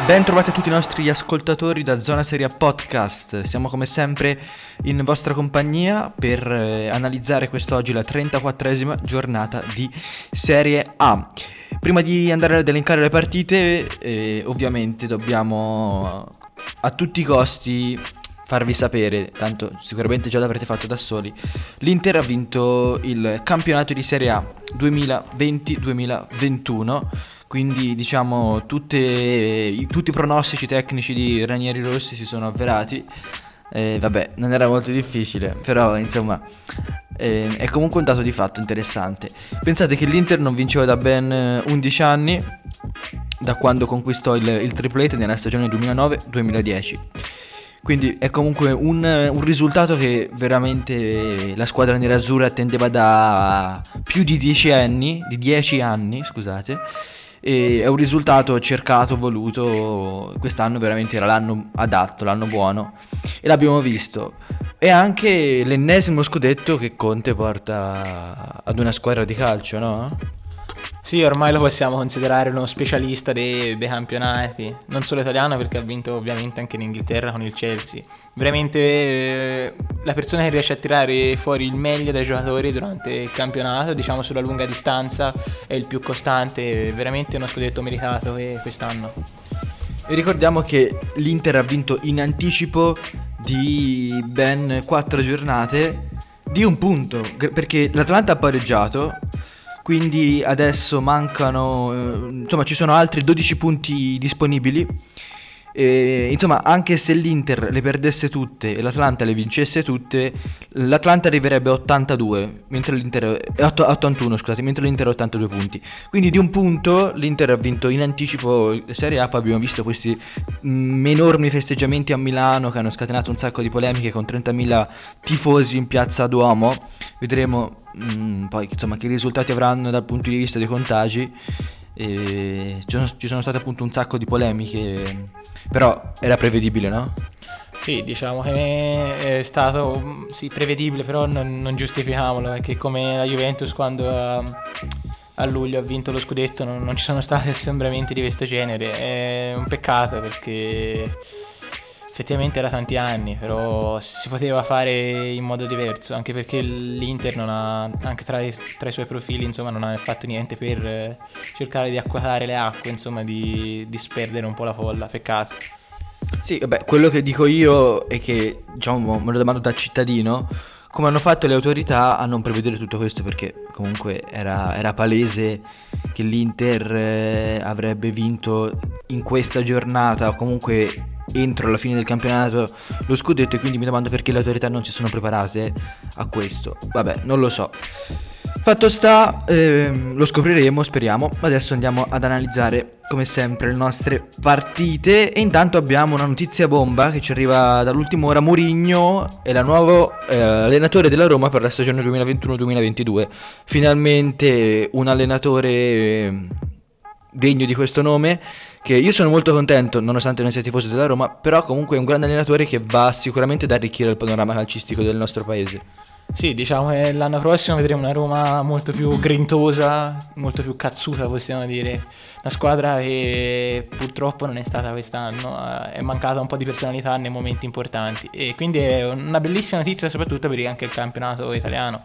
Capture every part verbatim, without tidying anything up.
Ben trovati a tutti i nostri ascoltatori da Zona Serie A Podcast. Siamo come sempre in vostra compagnia per eh, analizzare quest'oggi la trentaquattresima giornata di Serie A. Prima di andare ad elencare le partite, eh, ovviamente dobbiamo a tutti i costi farvi sapere, tanto sicuramente già l'avrete fatto da soli, l'Inter ha vinto il campionato di Serie A duemilaventi duemilaventuno. Quindi diciamo tutte, tutti i pronostici tecnici di Ranieri Rossi si sono avverati. eh, Vabbè, non era molto difficile, però insomma eh, è comunque un dato di fatto interessante. Pensate che l'Inter non vinceva da ben undici anni, da quando conquistò il, il triplete nella stagione duemilanove duemiladieci. Quindi è comunque un, un risultato che veramente la squadra nerazzurra attendeva da più di dieci anni, di dieci anni, scusate. E è un risultato cercato, voluto. Quest'anno veramente era l'anno adatto, l'anno buono, e l'abbiamo visto. È anche l'ennesimo scudetto che Conte porta ad una squadra di calcio, no? Sì, ormai lo possiamo considerare uno specialista dei, dei campionati, non solo italiano, perché ha vinto ovviamente anche in Inghilterra con il Chelsea. Veramente eh, la persona che riesce a tirare fuori il meglio dai giocatori durante il campionato, diciamo sulla lunga distanza, è il più costante, veramente uno scudetto meritato eh, quest'anno. E ricordiamo che l'Inter ha vinto in anticipo di ben quattro giornate di un punto, perché l'Atalanta ha pareggiato. Quindi adesso mancano, eh, insomma ci sono altri dodici punti disponibili. E, insomma, anche se l'Inter le perdesse tutte e l'Atalanta le vincesse tutte, l'Atalanta arriverebbe a ottantadue, mentre l'Inter è ottantuno, scusate, mentre l'Inter ha ottantadue punti. Quindi di un punto l'Inter ha vinto in anticipo Serie A. Poi abbiamo visto questi mh, enormi festeggiamenti a Milano che hanno scatenato un sacco di polemiche con trentamila tifosi in piazza Duomo. Vedremo mh, poi insomma che risultati avranno dal punto di vista dei contagi. E ci sono, ci sono state appunto un sacco di polemiche, però era prevedibile, no? Sì, diciamo che è stato sì, prevedibile, però non, non giustifichiamolo, perché come la Juventus quando a, a luglio ha vinto lo scudetto non, non ci sono stati assembramenti di questo genere. È un peccato, perché effettivamente era tanti anni, però si poteva fare in modo diverso, anche perché l'Inter non ha, anche tra i, tra i suoi profili, insomma, non ha fatto niente per eh, cercare di acquetare le acque, insomma, di disperdere un po' la folla. Peccato. Sì, vabbè, quello che dico io è che, diciamo, me lo domando da cittadino, come hanno fatto le autorità a non prevedere tutto questo, perché comunque era, era palese che l'Inter eh, avrebbe vinto in questa giornata o comunque entro la fine del campionato lo scudetto, e quindi mi domando perché le autorità non si sono preparate a questo. Vabbè, non lo so. Fatto sta, ehm, lo scopriremo, speriamo. Adesso andiamo ad analizzare come sempre le nostre partite, e intanto abbiamo una notizia bomba che ci arriva dall'ultima ora. Mourinho è il nuovo eh, allenatore della Roma per la stagione duemilaventuno duemilaventidue. Finalmente un allenatore eh, degno di questo nome, che io sono molto contento nonostante non sia tifoso della Roma, però comunque è un grande allenatore che va sicuramente ad arricchire il panorama calcistico del nostro paese. Sì, diciamo che l'anno prossimo vedremo una Roma molto più grintosa, molto più cazzuta, possiamo dire. Una squadra che purtroppo non è stata quest'anno, è mancata un po' di personalità nei momenti importanti, e quindi è una bellissima notizia soprattutto per anche il campionato italiano.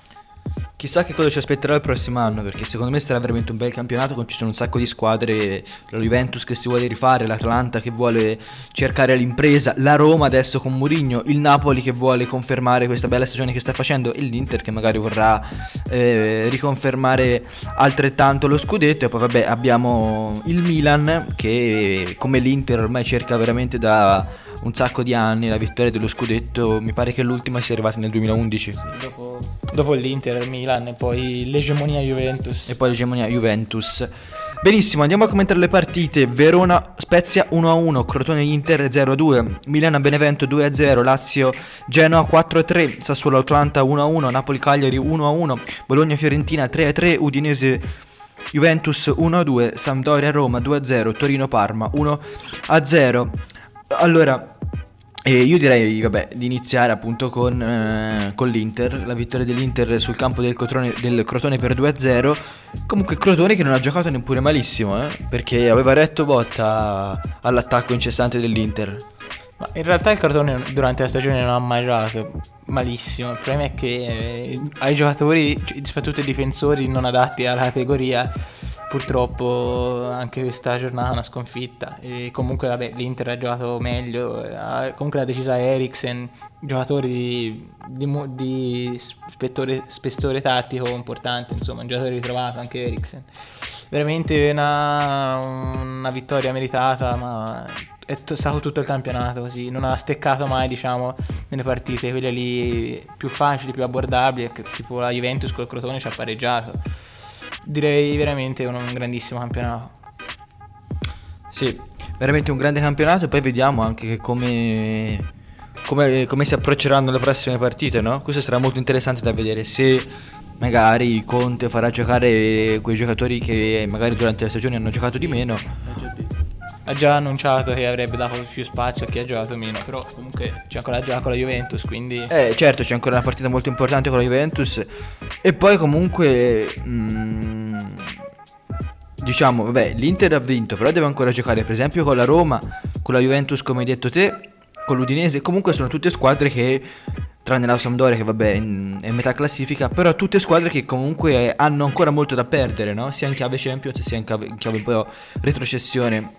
Chissà che cosa ci aspetterà il prossimo anno, perché secondo me sarà veramente un bel campionato, ci sono un sacco di squadre, la Juventus che si vuole rifare, l'Atalanta che vuole cercare l'impresa, la Roma adesso con Mourinho, il Napoli che vuole confermare questa bella stagione che sta facendo, e l'Inter che magari vorrà eh, riconfermare altrettanto lo scudetto. E poi vabbè abbiamo il Milan che come l'Inter ormai cerca veramente da un sacco di anni la vittoria dello scudetto. Mi pare che l'ultima sia arrivata nel duemilaundici. Sì, dopo, dopo l'Inter, il Milan e poi l'egemonia Juventus. E poi l'egemonia Juventus. Benissimo, andiamo a commentare le partite. Verona Spezia uno a uno, Crotone Inter zero a due, Milano Benevento due a zero, Lazio Genoa quattro a tre, Sassuolo Atalanta uno a uno, Napoli Cagliari uno a uno, Bologna Fiorentina tre a tre, Udinese Juventus uno a due, Sampdoria Roma due a zero, Torino Parma uno a zero. Allora, E io direi, vabbè, di iniziare appunto con, eh, con l'Inter, la vittoria dell'Inter sul campo del Crotone, del Crotone per due a zero. Comunque Crotone che non ha giocato neppure malissimo, eh, perché aveva retto botta all'attacco incessante dell'Inter. Ma in realtà il Crotone durante la stagione non ha mai giocato malissimo. Il problema è che eh, ai giocatori, soprattutto ai difensori non adatti alla categoria, purtroppo anche questa giornata è una sconfitta. E comunque vabbè, l'Inter ha giocato meglio, ha, comunque l'ha decisa Eriksen, giocatori di, di, di spettore, spessore tattico importante, insomma un giocatore ritrovato anche Eriksen. Veramente una, una vittoria meritata, ma è t- stato tutto il campionato così, non ha steccato mai, diciamo, nelle partite quelle lì più facili, più abbordabili, tipo la Juventus col Crotone ci ha pareggiato. Direi veramente un, un grandissimo campionato. Sì, veramente un grande campionato, e poi vediamo anche che come, come, come si approcceranno le prossime partite, no? Questo sarà molto interessante da vedere, se magari Conte farà giocare quei giocatori che magari durante la stagione hanno giocato di meno. Ha già annunciato che avrebbe dato più spazio a chi ha giocato meno, però comunque c'è ancora già con la Juventus, quindi... Eh certo, c'è ancora una partita molto importante con la Juventus. E poi comunque mh, diciamo, vabbè, l'Inter ha vinto, però deve ancora giocare per esempio con la Roma, con la Juventus come hai detto te, con l'Udinese. Comunque sono tutte squadre che, tranne la Sampdoria che vabbè è in metà classifica, però tutte squadre che comunque hanno ancora molto da perdere, no? Sia in chiave Champions sia in chiave, in chiave un po' retrocessione.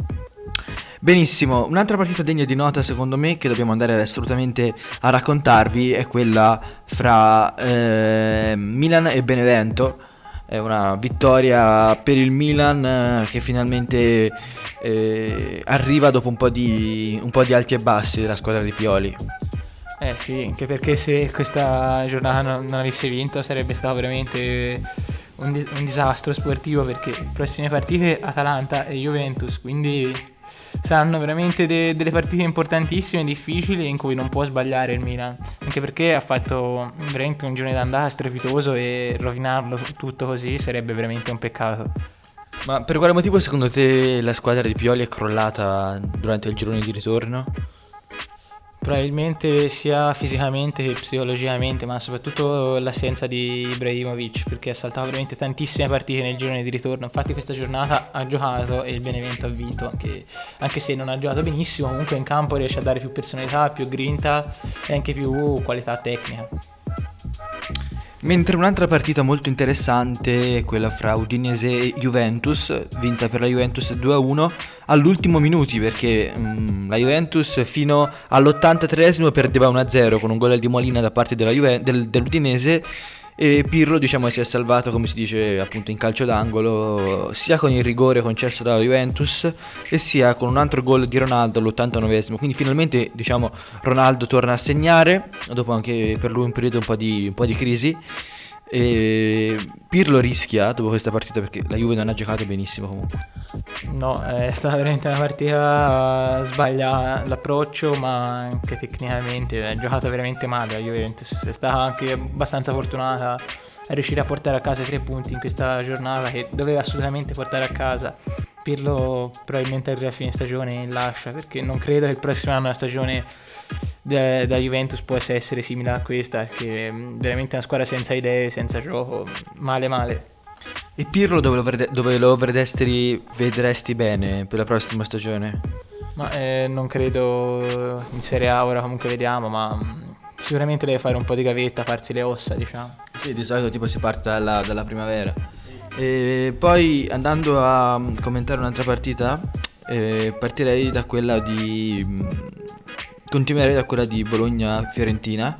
Benissimo, un'altra partita degna di nota secondo me che dobbiamo andare assolutamente a raccontarvi è quella fra eh, Milan e Benevento. È una vittoria per il Milan eh, che finalmente eh, arriva dopo un po' di un po' di alti e bassi della squadra di Pioli. Eh sì, anche perché se questa giornata non, non avesse vinto sarebbe stato veramente un, dis- un disastro sportivo, perché le prossime partite Atalanta e Juventus, quindi saranno veramente de- delle partite importantissime, difficili, in cui non può sbagliare il Milan, anche perché ha fatto veramente un girone d'andata strepitoso e rovinarlo tutto così sarebbe veramente un peccato. Ma per quale motivo secondo te la squadra di Pioli è crollata durante il girone di ritorno? Probabilmente sia fisicamente che psicologicamente, ma soprattutto l'assenza di Ibrahimovic, perché ha saltato veramente tantissime partite nel girone di ritorno. Infatti questa giornata ha giocato e il Benevento ha vinto, anche, anche se non ha giocato benissimo, comunque in campo riesce a dare più personalità, più grinta e anche più qualità tecnica. Mentre un'altra partita molto interessante è quella fra Udinese e Juventus, vinta per la Juventus due a uno all'ultimo minuti, perché mh, la Juventus fino all'ottantatreesimo perdeva uno a zero con un gol di Molina da parte della Juve- del, dell'Udinese, e Pirlo diciamo si è salvato, come si dice appunto in calcio d'angolo, sia con il rigore concesso dalla Juventus e sia con un altro gol di Ronaldo all'ottantanovesimo. Quindi finalmente diciamo Ronaldo torna a segnare dopo anche per lui un periodo un po' di, un po' di crisi, e Pirlo rischia dopo questa partita perché la Juve non ha giocato benissimo comunque. No, è stata veramente una partita uh, sbaglia l'approccio, ma anche tecnicamente ha giocato veramente male la Juventus. È stata anche abbastanza fortunata a riuscire a portare a casa i tre punti in questa giornata che doveva assolutamente portare a casa. Pirlo probabilmente arriva a fine stagione e lascia, perché non credo che il prossimo anno la stagione da, da Juventus possa essere simile a questa, perché è veramente una squadra senza idee, senza gioco, male male. E Pirlo dove lo, vede- dove lo vedresti, vedresti bene per la prossima stagione? Ma eh, non credo in Serie A, ora comunque vediamo, ma mh, sicuramente deve fare un po' di gavetta, farsi le ossa, diciamo. Sì, di solito tipo si parte dalla, dalla primavera. E poi andando a commentare un'altra partita, eh, partirei da quella di... continuerei da quella di Bologna-Fiorentina.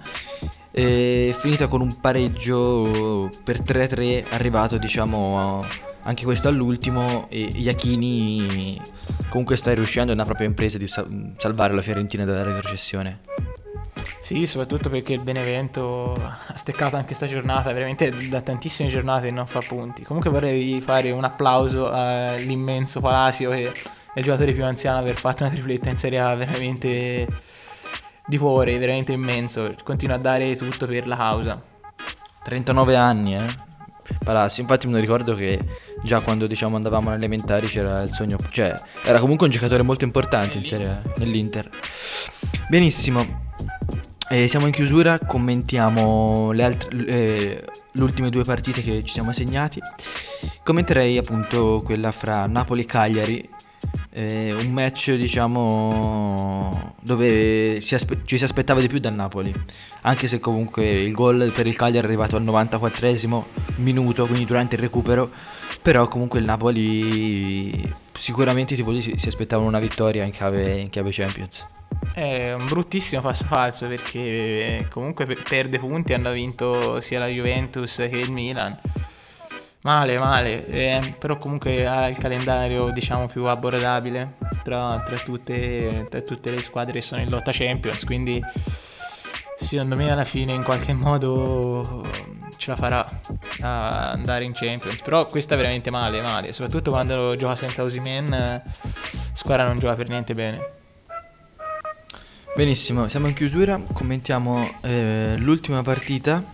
È finita con un pareggio per tre a tre, arrivato diciamo anche questo all'ultimo, e Iachini comunque sta riuscendo nella propria impresa di salvare la Fiorentina dalla retrocessione. Sì, soprattutto perché il Benevento ha steccato anche questa giornata, veramente da tantissime giornate non fa punti. Comunque vorrei fare un applauso all'immenso Palacio, che è il giocatore più anziano ad aver fatto una tripletta in Serie A, veramente di cuore, veramente immenso. Continua a dare tutto per la causa. trentanove anni, eh. Palacio, infatti me lo ricordo che già quando diciamo andavamo alle elementari c'era il sogno, cioè era comunque un giocatore molto importante in Serie A, nell'Inter. Benissimo. Eh, siamo in chiusura, commentiamo le altre, eh, le ultime due partite che ci siamo segnati. Commenterei appunto quella fra Napoli e Cagliari, eh, un match diciamo dove si aspe- ci si aspettava di più dal Napoli, anche se comunque il gol per il Cagliari è arrivato al novantaquattresimo minuto, quindi durante il recupero, però comunque il Napoli sicuramente i tifosi si, si aspettavano una vittoria in chiave, in chiave Champions. È un bruttissimo passo falso perché comunque pe- perde punti, hanno vinto sia la Juventus che il Milan. Male, male, eh, però comunque ha il calendario diciamo più abbordabile tra, tra, tutte, tra tutte le squadre che sono in lotta Champions, quindi secondo me alla fine in qualche modo ce la farà a andare in Champions. Però questa è veramente male, male, soprattutto quando gioca senza Osimhen, la squadra non gioca per niente bene. Benissimo, siamo in chiusura, commentiamo eh, l'ultima partita,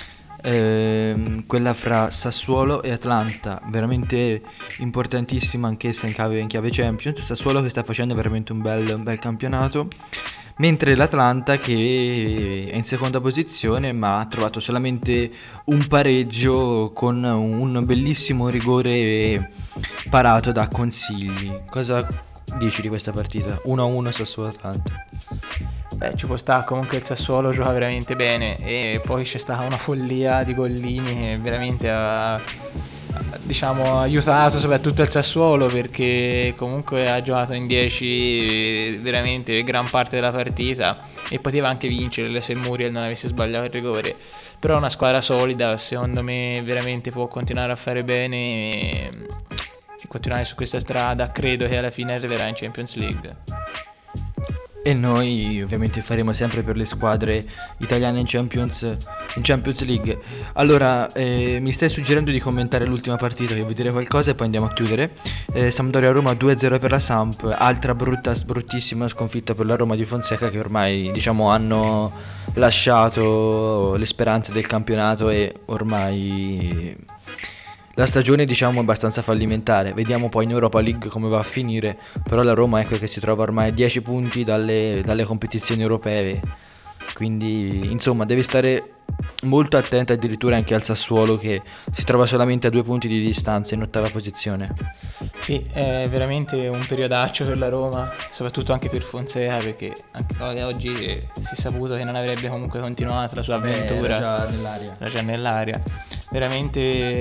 eh, quella fra Sassuolo e Atalanta, veramente importantissima anch'essa in chiave, in chiave Champions. Sassuolo che sta facendo veramente un bel, un bel campionato, mentre l'Atalanta che è in seconda posizione ma ha trovato solamente un pareggio con un bellissimo rigore parato da Consigli. Cosa dici di questa partita? uno a uno Sassuolo-Atalanta. Beh, ci può stare, comunque il Sassuolo gioca veramente bene e poi c'è stata una follia di gollini che veramente ha, diciamo, aiutato soprattutto il Sassuolo, perché comunque ha giocato in dieci veramente gran parte della partita e poteva anche vincere se Muriel non avesse sbagliato il rigore. Però è una squadra solida, secondo me veramente può continuare a fare bene e, e continuare su questa strada. Credo che alla fine arriverà in Champions League. E noi ovviamente faremo sempre per le squadre italiane in Champions, in Champions League. Allora, eh, mi stai suggerendo di commentare l'ultima partita, che vuoi dire qualcosa e poi andiamo a chiudere. eh, Sampdoria-Roma due a zero per la Samp, altra brutta, bruttissima sconfitta per la Roma di Fonseca, che ormai diciamo hanno lasciato le speranze del campionato e ormai la stagione diciamo è abbastanza fallimentare. Vediamo poi in Europa League come va a finire, però la Roma ecco che si trova ormai a dieci punti dalle, dalle competizioni europee, quindi insomma deve stare molto attenta addirittura anche al Sassuolo, che si trova solamente a due punti di distanza in ottava posizione. Sì, è veramente un periodaccio per la Roma, soprattutto anche per Fonseca, perché anche oggi si è saputo che non avrebbe comunque continuato la sua avventura. Beh, era già nell'aria. Era già nell'aria. Veramente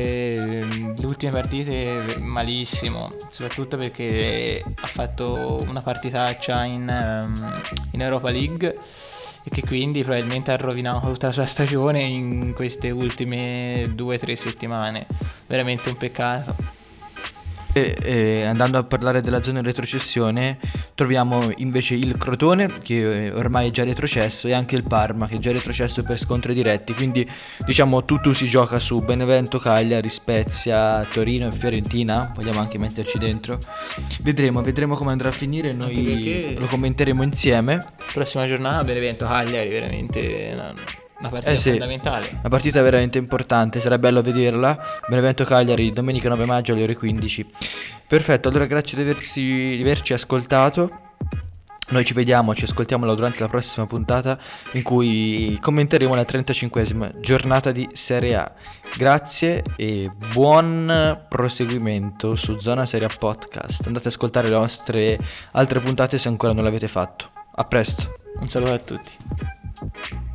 le ultime partite malissimo, soprattutto perché ha fatto una partitaccia in, um, in Europa League e che quindi probabilmente ha rovinato tutta la sua stagione in queste ultime due o tre settimane. Veramente un peccato. E, e andando a parlare della zona di retrocessione, troviamo invece il Crotone, che ormai è già retrocesso, e anche il Parma, che è già retrocesso per scontri diretti. Quindi diciamo tutto si gioca su Benevento, Cagliari, Spezia, Torino e Fiorentina. Vogliamo anche metterci dentro. Vedremo, vedremo come andrà a finire. Noi lo commenteremo insieme. Prossima giornata Benevento Cagliari, veramente una, una partita eh sì, fondamentale. Una partita veramente importante, sarà bello vederla. Benevento Cagliari domenica nove maggio alle ore quindici. Perfetto, allora grazie di averci, di averci ascoltato. Noi ci vediamo, ci ascoltiamo durante la prossima puntata, in cui commenteremo la trentacinquesima giornata di Serie A. Grazie e buon proseguimento su Zona Serie A Podcast. Andate ad ascoltare le nostre altre puntate se ancora non l'avete fatto. A presto. Un saluto a tutti.